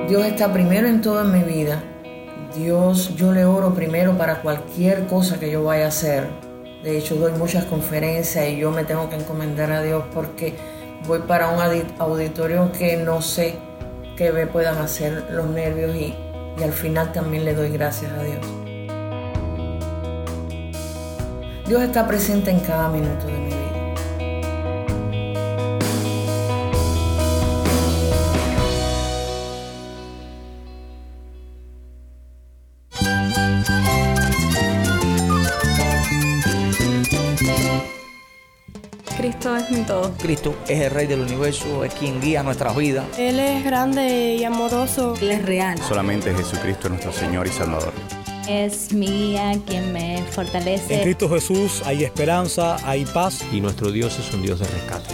Dios está primero en todo en mi vida. Dios, yo le oro primero para cualquier cosa que yo vaya a hacer. De hecho, doy muchas conferencias y yo me tengo que encomendar a Dios porque voy para un auditorio que no sé qué me puedan hacer los nervios y al final también le doy gracias a Dios. Dios está presente en cada minuto de mi vida. Cristo es mi todo. Cristo es el Rey del universo, es quien guía nuestras vidas. Él es grande y amoroso. Él es real. Solamente Jesucristo es nuestro Señor y Salvador. Es mi guía quien me fortalece. En Cristo Jesús hay esperanza, hay paz. Y nuestro Dios es un Dios de rescate.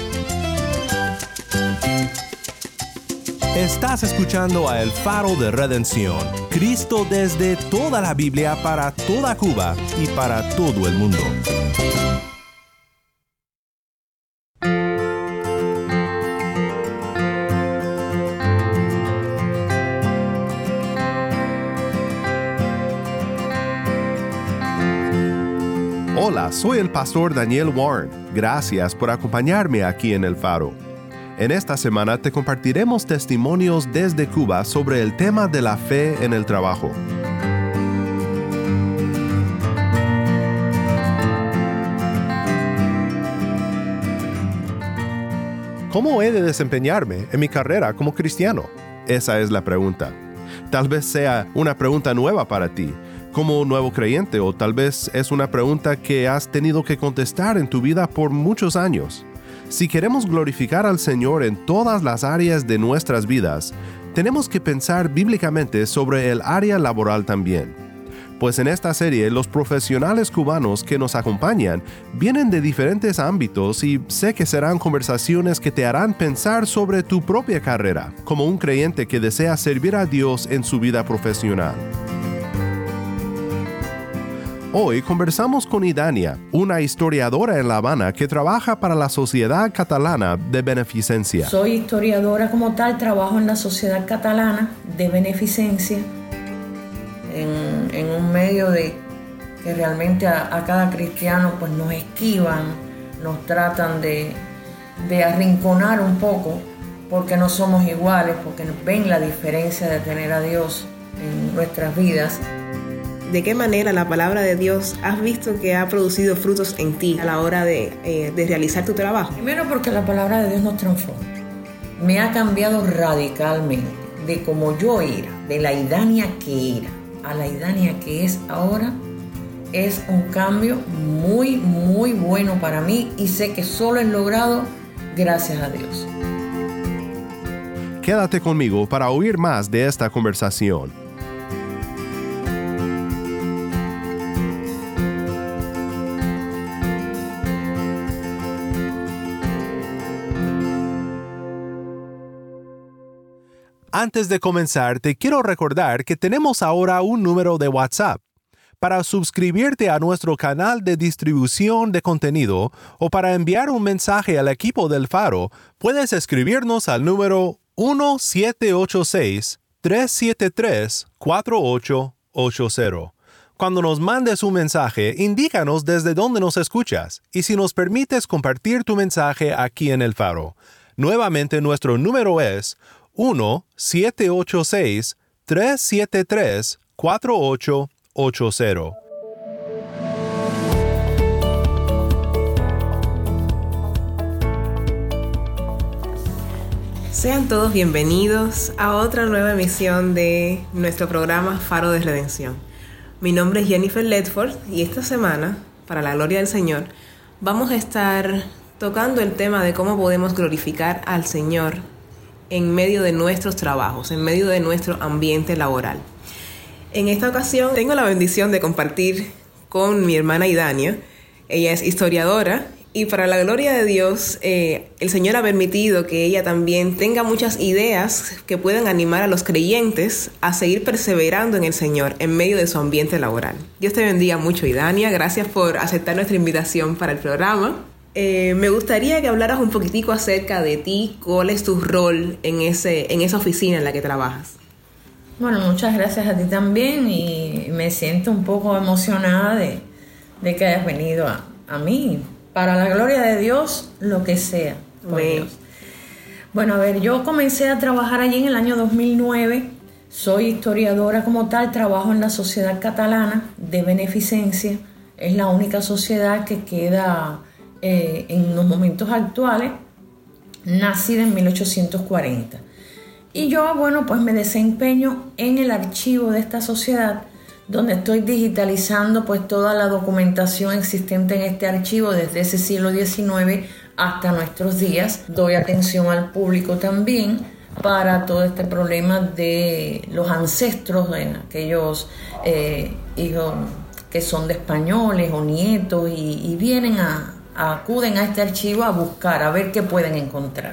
Estás escuchando a El Faro de Redención. Cristo desde toda la Biblia para toda Cuba y para todo el mundo. Hola, soy el pastor Daniel Warren. Gracias por acompañarme aquí en El Faro. En esta semana te compartiremos testimonios desde Cuba sobre el tema de la fe en el trabajo. ¿Cómo he de desempeñarme en mi carrera como cristiano? Esa es la pregunta. Tal vez sea una pregunta nueva para ti, como nuevo creyente, o tal vez es una pregunta que has tenido que contestar en tu vida por muchos años. Si queremos glorificar al Señor en todas las áreas de nuestras vidas, tenemos que pensar bíblicamente sobre el área laboral también. Pues en esta serie, los profesionales cubanos que nos acompañan vienen de diferentes ámbitos y sé que serán conversaciones que te harán pensar sobre tu propia carrera, como un creyente que desea servir a Dios en su vida profesional. Hoy conversamos con Idania, una historiadora en La Habana que trabaja para la Sociedad Catalana de Beneficencia. Soy historiadora como tal, trabajo en la Sociedad Catalana de Beneficencia, en un medio de que realmente a cada cristiano pues nos esquivan, nos tratan de arrinconar un poco, porque no somos iguales, porque ven la diferencia de tener a Dios en nuestras vidas. ¿De qué manera la palabra de Dios has visto que ha producido frutos en ti a la hora de realizar tu trabajo? Primero porque la palabra de Dios nos transforma. Me ha cambiado radicalmente de como yo era, de la Idania que era a la Idania que es ahora. Es un cambio muy, muy bueno para mí y sé que solo es logrado gracias a Dios. Quédate conmigo para oír más de esta conversación. Antes de comenzar, te quiero recordar que tenemos ahora un número de WhatsApp. Para suscribirte a nuestro canal de distribución de contenido o para enviar un mensaje al equipo del Faro, puedes escribirnos al número 1-786-373-4880. Cuando nos mandes un mensaje, indícanos desde dónde nos escuchas y si nos permites compartir tu mensaje aquí en el Faro. Nuevamente, nuestro número es 1-786-373-4880. Sean todos bienvenidos a otra nueva emisión de nuestro programa Faro de Redención. Mi nombre es Jennifer Ledford y esta semana, para la gloria del Señor, vamos a estar tocando el tema de cómo podemos glorificar al Señor en medio de nuestros trabajos, en medio de nuestro ambiente laboral. En esta ocasión tengo la bendición de compartir con mi hermana Idania. Ella es historiadora y para la gloria de Dios, el Señor ha permitido que ella también tenga muchas ideas que puedan animar a los creyentes a seguir perseverando en el Señor en medio de su ambiente laboral. Dios te bendiga mucho, Idania. Gracias por aceptar nuestra invitación para el programa. Me gustaría que hablaras un poquitico acerca de ti, cuál es tu rol en esa oficina en la que trabajas. Bueno, muchas gracias a ti también y me siento un poco emocionada de que hayas venido a mí. Para la gloria de Dios, lo que sea. Por Dios. Bueno, a ver, yo comencé a trabajar allí en el año 2009. Soy historiadora como tal, trabajo en la Sociedad Catalana de Beneficencia. Es la única sociedad que queda en los momentos actuales, nacida en 1840. Y yo, bueno, pues me desempeño en el archivo de esta sociedad, donde estoy digitalizando pues toda la documentación existente en este archivo desde ese siglo XIX hasta nuestros días. Doy atención al público también para todo este problema de los ancestros, de aquellos hijos que son de españoles o nietos y vienen acuden a este archivo a buscar, a ver qué pueden encontrar.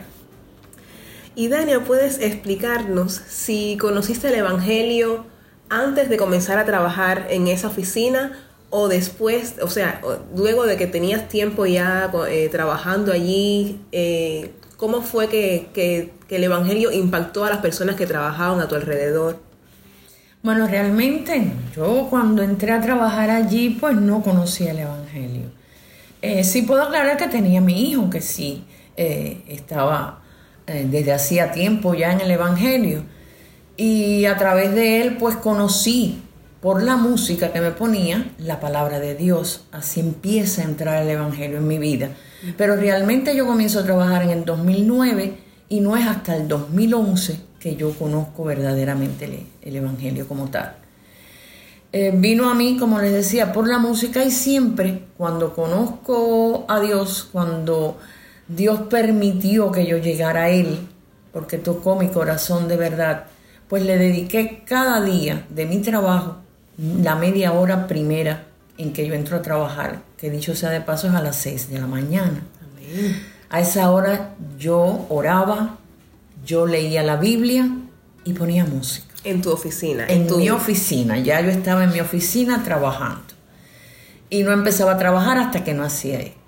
Y Dania, ¿puedes explicarnos si conociste el Evangelio antes de comenzar a trabajar en esa oficina o después, o sea, luego de que tenías tiempo ya trabajando allí? ¿Cómo fue que el Evangelio impactó a las personas que trabajaban a tu alrededor? Bueno, realmente yo cuando entré a trabajar allí pues no conocía el Evangelio. Sí puedo aclarar que tenía mi hijo que sí estaba desde hacía tiempo ya en el Evangelio, y a través de él pues conocí por la música que me ponía la palabra de Dios. Así empieza a entrar el Evangelio en mi vida. Pero realmente yo comienzo a trabajar en el 2009 y no es hasta el 2011 que yo conozco verdaderamente el Evangelio como tal. Vino a mí, como les decía, por la música, y siempre cuando conozco a Dios, cuando Dios permitió que yo llegara a Él, porque tocó mi corazón de verdad, pues le dediqué cada día de mi trabajo la media hora primera en que yo entro a trabajar, que dicho sea de paso es a las 6 de la mañana. Amén. A esa hora yo oraba, yo leía la Biblia y ponía música. ¿En tu oficina? En mi oficina, ya yo estaba en mi oficina trabajando. Y no empezaba a trabajar hasta que no hacía esto.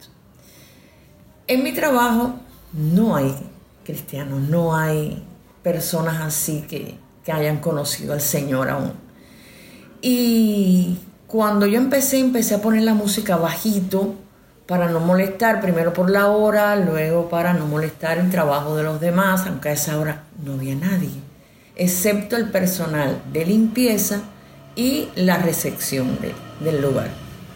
En mi trabajo no hay cristianos, no hay personas así que hayan conocido al Señor aún. Y cuando yo empecé a poner la música bajito para no molestar, primero por la hora, luego para no molestar el trabajo de los demás, aunque a esa hora no había nadie, excepto el personal de limpieza y la recepción del lugar.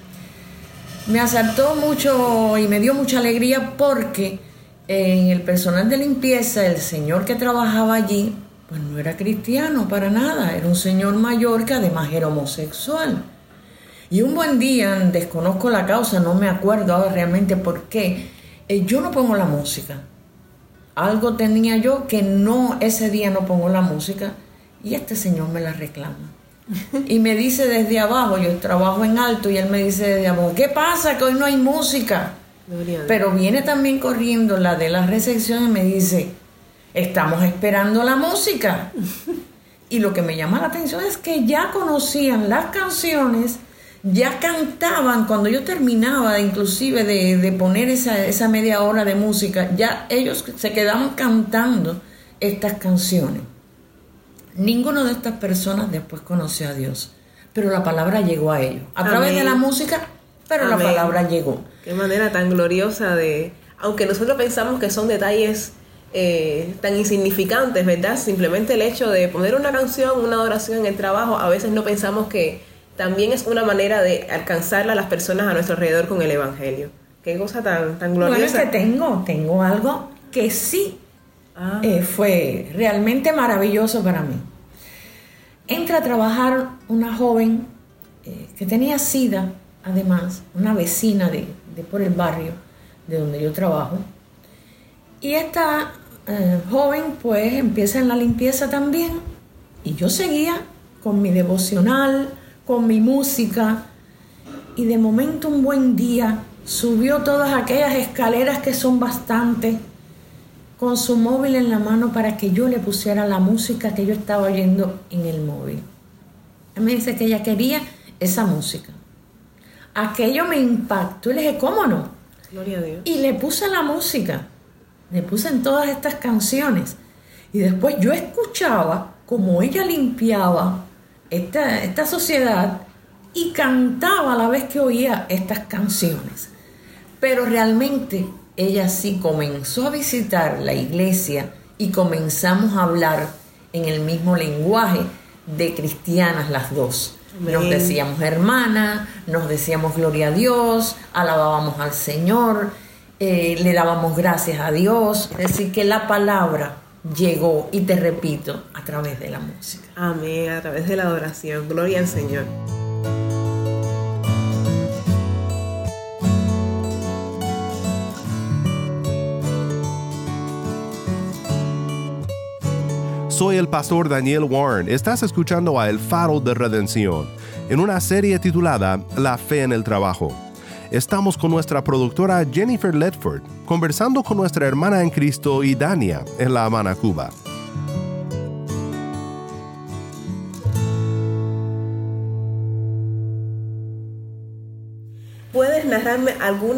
Me asaltó mucho y me dio mucha alegría porque en el personal de limpieza, el señor que trabajaba allí, pues no era cristiano para nada, era un señor mayor que además era homosexual. Y un buen día, desconozco la causa, no me acuerdo ahora realmente por qué, yo no pongo la música. Algo tenía yo que no, ese día no pongo la música, y este señor me la reclama. Y me dice desde abajo, yo trabajo en alto, y él me dice desde abajo, ¿qué pasa? Que hoy no hay música. Pero viene también corriendo la de la recepción y me dice, estamos esperando la música. Y lo que me llama la atención es que ya conocían las canciones, ya cantaban, cuando yo terminaba inclusive de poner esa media hora de música, ya ellos se quedaban cantando estas canciones. Ninguna de estas personas después conoció a Dios, pero la palabra llegó a ellos, a través de la música, pero la palabra llegó. Qué manera tan gloriosa aunque nosotros pensamos que son detalles tan insignificantes, ¿verdad? Simplemente el hecho de poner una canción, una adoración en el trabajo, a veces no pensamos que también es una manera de alcanzar a las personas a nuestro alrededor con el Evangelio. Qué cosa tan gloriosa. Bueno, es que tengo algo que sí fue realmente maravilloso para mí. Entra a trabajar una joven que tenía SIDA, además, una vecina de por el barrio de donde yo trabajo. Y esta joven pues empieza en la limpieza también, y yo seguía con mi devocional, con mi música, y de momento un buen día subió todas aquellas escaleras que son bastantes, con su móvil en la mano para que yo le pusiera la música que yo estaba oyendo en el móvil. Él me dice que ella quería esa música. Aquello me impactó y le dije, ¿cómo no? Gloria a Dios. Y le puse la música, le puse en todas estas canciones. Y después yo escuchaba como ella limpiaba esta sociedad y cantaba a la vez que oía estas canciones. Pero realmente ella sí comenzó a visitar la iglesia y comenzamos a hablar en el mismo lenguaje de cristianas las dos. Amén. Nos decíamos hermana, nos decíamos gloria a Dios, alabábamos al Señor, le dábamos gracias a Dios. Es decir, que la palabra llegó, y te repito, a través de la música. Amén, a través de la adoración. Gloria al Señor. Soy el pastor Daniel Warren. Estás escuchando a El Faro de Redención, en una serie titulada La Fe en el Trabajo. Estamos con nuestra productora Jennifer Ledford, conversando con nuestra hermana en Cristo Idania, en La Habana, Cuba. ¿Puedes narrarme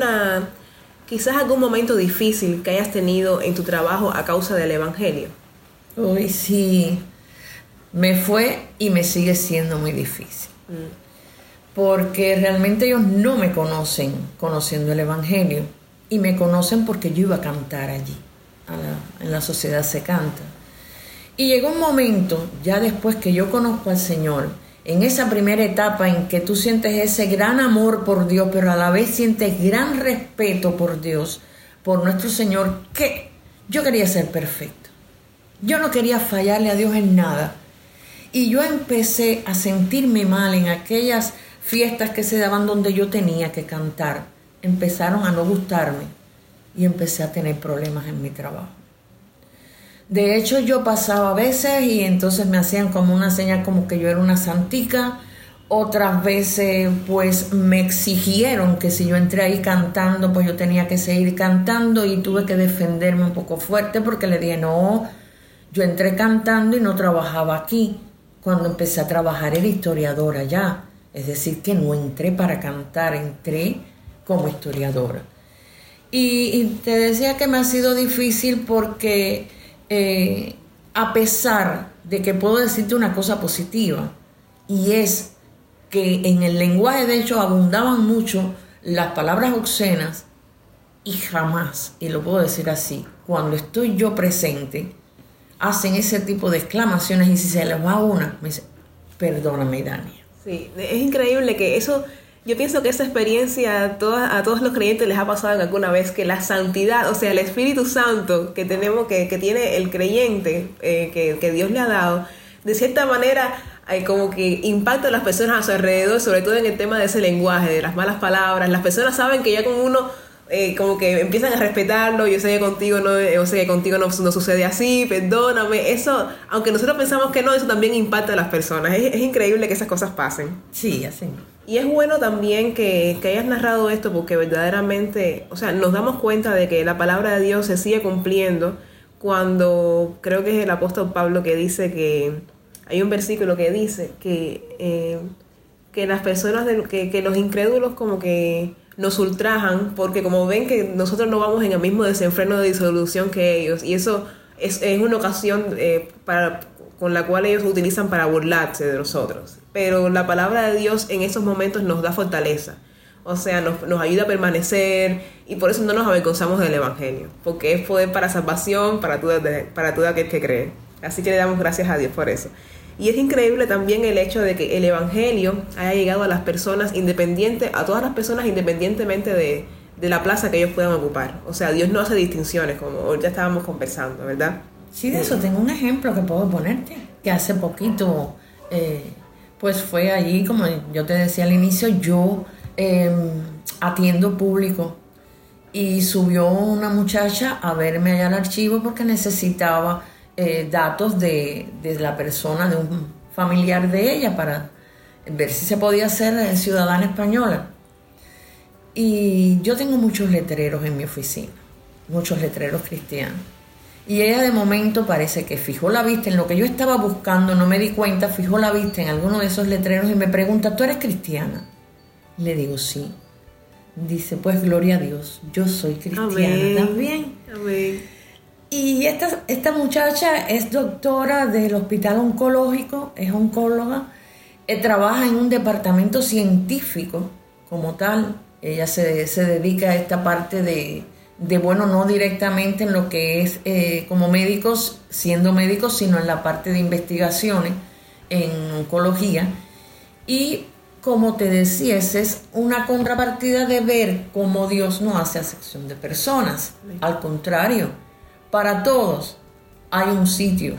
quizás algún momento difícil que hayas tenido en tu trabajo a causa del Evangelio? Uy, sí, me fue y me sigue siendo muy difícil, porque realmente ellos no me conocen conociendo el Evangelio, y me conocen porque yo iba a cantar allí, en la sociedad se canta. Y llegó un momento, ya después que yo conozco al Señor, en esa primera etapa en que tú sientes ese gran amor por Dios, pero a la vez sientes gran respeto por Dios, por nuestro Señor, que yo quería ser perfecto. Yo no quería fallarle a Dios en nada. Y yo empecé a sentirme mal en aquellas fiestas que se daban donde yo tenía que cantar. Empezaron a no gustarme y empecé a tener problemas en mi trabajo. De hecho, yo pasaba a veces y entonces me hacían como una señal como que yo era una santica. Otras veces pues me exigieron que si yo entré ahí cantando, pues yo tenía que seguir cantando, y tuve que defenderme un poco fuerte porque le dije no. Yo entré cantando y no trabajaba aquí. Cuando empecé a trabajar era historiadora ya. Es decir, que no entré para cantar, entré como historiadora. Y te decía que me ha sido difícil porque a pesar de que puedo decirte una cosa positiva, y es que en el lenguaje de hecho abundaban mucho las palabras obscenas, y jamás, y lo puedo decir así, cuando estoy yo presente, hacen ese tipo de exclamaciones, y si se les va una, me dice, perdóname, Dania. Sí, es increíble que eso, yo pienso que esa experiencia a todos los creyentes les ha pasado alguna vez, que la santidad, o sea, el Espíritu Santo que tenemos, que tiene el creyente, que Dios le ha dado, de cierta manera como que impacta a las personas a su alrededor, sobre todo en el tema de ese lenguaje, de las malas palabras. Las personas saben que ya con uno como que empiezan a respetarlo. Yo sé que contigo no sucede así, perdóname. Eso, aunque nosotros pensamos que no, eso también impacta a las personas. Es increíble que esas cosas pasen. Sí, así. Y es bueno también que hayas narrado esto, porque verdaderamente, o sea, nos damos cuenta de que la palabra de Dios se sigue cumpliendo, cuando creo que es el apóstol Pablo que dice que hay un versículo que dice que las personas, que los incrédulos como que nos ultrajan porque como ven que nosotros no vamos en el mismo desenfreno de disolución que ellos, y eso es una ocasión con la cual ellos utilizan para burlarse de nosotros. Pero la palabra de Dios en esos momentos nos da fortaleza, o sea, nos ayuda a permanecer, y por eso no nos avergonzamos del Evangelio, porque es poder para salvación para todo aquel que cree. Así que le damos gracias a Dios por eso. Y es increíble también el hecho de que el Evangelio haya llegado a las personas a todas las personas independientemente de la plaza que ellos puedan ocupar. O sea, Dios no hace distinciones, como ya estábamos conversando, ¿verdad? Sí, de eso tengo un ejemplo que puedo ponerte, que hace poquito, pues fue allí, como yo te decía al inicio, yo atiendo público, y subió una muchacha a verme allá al archivo porque necesitaba datos de la persona, de un familiar de ella, para ver si se podía hacer ciudadana española. Y yo tengo muchos letreros en mi oficina, muchos letreros cristianos. Y ella de momento parece que fijó la vista en lo que yo estaba buscando, no me di cuenta, fijó la vista en alguno de esos letreros y me pregunta, ¿tú eres cristiana? Le digo, sí. dice, pues gloria a Dios, yo soy cristiana también. Amén. Y esta muchacha es doctora del hospital oncológico, es oncóloga, trabaja en un departamento científico como tal. Ella se dedica a esta parte de bueno, no directamente en lo que es como médicos, siendo médicos, sino en la parte de investigaciones en oncología. Y como te decía, esa es una contrapartida de ver cómo Dios no hace acepción de personas. Al contrario, para todos hay un sitio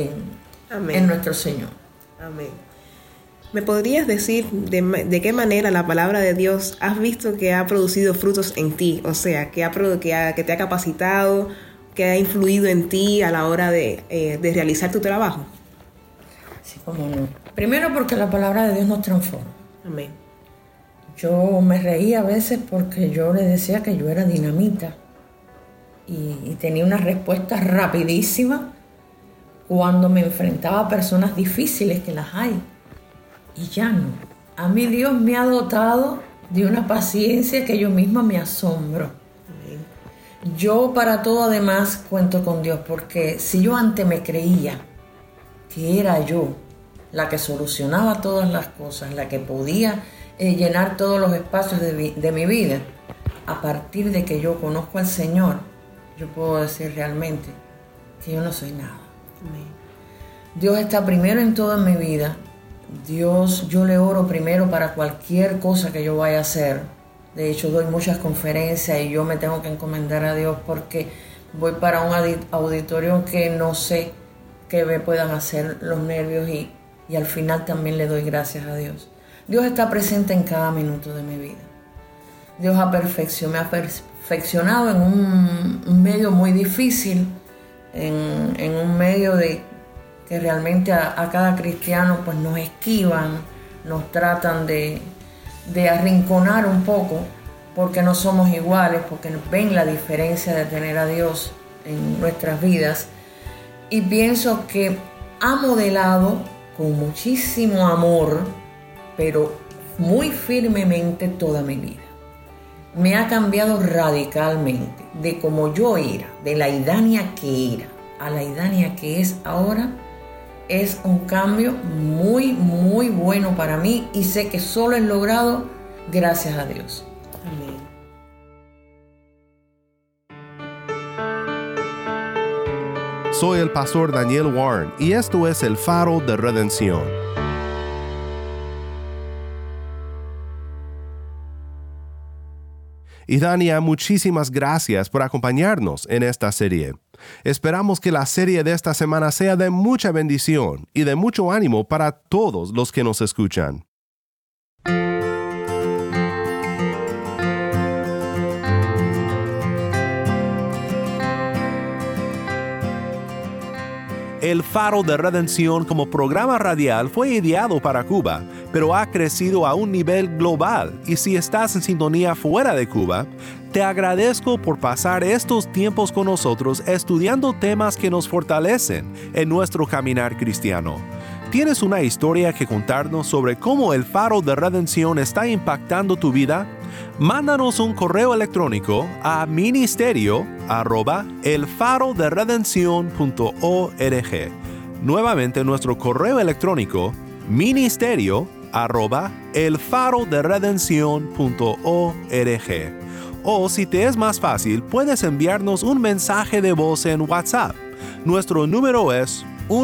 en nuestro Señor. Amén. ¿Me podrías decir de qué manera la palabra de Dios has visto que ha producido frutos en ti? O sea, que te ha capacitado, que ha influido en ti a la hora de realizar tu trabajo. Sí, cómo no. Primero porque la palabra de Dios nos transforma. Amén. Yo me reía a veces porque yo le decía que yo era dinamita y tenía una respuesta rapidísima cuando me enfrentaba a personas difíciles, que las hay. Y ya no. A mí Dios me ha dotado de una paciencia que yo misma me asombro. Amén. Yo para todo además cuento con Dios, porque si yo antes me creía que era yo la que solucionaba todas las cosas, la que podía llenar todos los espacios de mi vida, a partir de que yo conozco al Señor, yo puedo decir realmente que yo no soy nada. Amén. Dios está primero en todo en mi vida. Dios, yo le oro primero para cualquier cosa que yo vaya a hacer. De hecho, doy muchas conferencias y yo me tengo que encomendar a Dios porque voy para un auditorio que no sé qué me puedan hacer los nervios y al final también le doy gracias a Dios. Dios está presente en cada minuto de mi vida. Dios me ha perfeccionado en un medio muy difícil, en un medio que realmente a cada cristiano pues nos esquivan, nos tratan de arrinconar un poco porque no somos iguales, porque ven la diferencia de tener a Dios en nuestras vidas. Y pienso que ha modelado con muchísimo amor, pero muy firmemente toda mi vida. Me ha cambiado radicalmente de como yo era, de la Idania que era a la Idania que es ahora. Es un cambio muy, muy bueno para mí y sé que solo es logrado gracias a Dios. Amén. Soy el pastor Daniel Warren y esto es El Faro de Redención. Y Dania, muchísimas gracias por acompañarnos en esta serie. Esperamos que la serie de esta semana sea de mucha bendición y de mucho ánimo para todos los que nos escuchan. El Faro de Redención como programa radial fue ideado para Cuba, pero ha crecido a un nivel global y si estás en sintonía fuera de Cuba, te agradezco por pasar estos tiempos con nosotros estudiando temas que nos fortalecen en nuestro caminar cristiano. ¿Tienes una historia que contarnos sobre cómo el Faro de Redención está impactando tu vida? Mándanos un correo electrónico a ministerio@elfaroderedencion.org. Nuevamente nuestro correo electrónico ministerio@elfaroderedencion.org. O si te es más fácil, puedes enviarnos un mensaje de voz en WhatsApp. Nuestro número es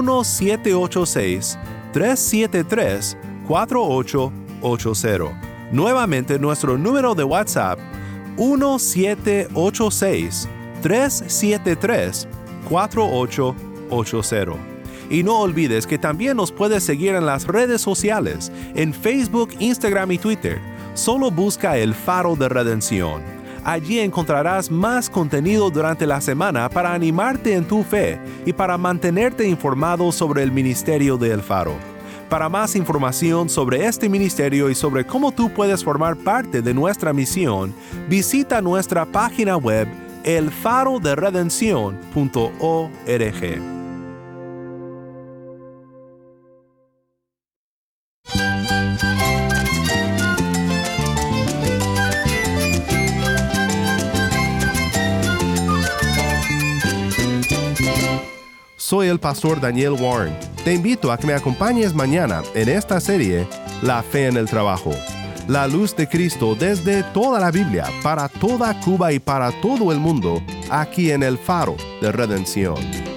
1-786-373-4880. Nuevamente nuestro número de WhatsApp 1-786-373-4880. Y no olvides que también nos puedes seguir en las redes sociales, en Facebook, Instagram y Twitter. Solo busca El Faro de Redención. Allí encontrarás más contenido durante la semana para animarte en tu fe y para mantenerte informado sobre el ministerio de El Faro. Para más información sobre este ministerio y sobre cómo tú puedes formar parte de nuestra misión, visita nuestra página web elfaroderedencion.org. Soy el pastor Daniel Warren. Te invito a que me acompañes mañana en esta serie La Fe en el Trabajo. La luz de Cristo desde toda la Biblia, para toda Cuba y para todo el mundo, aquí en el Faro de Redención.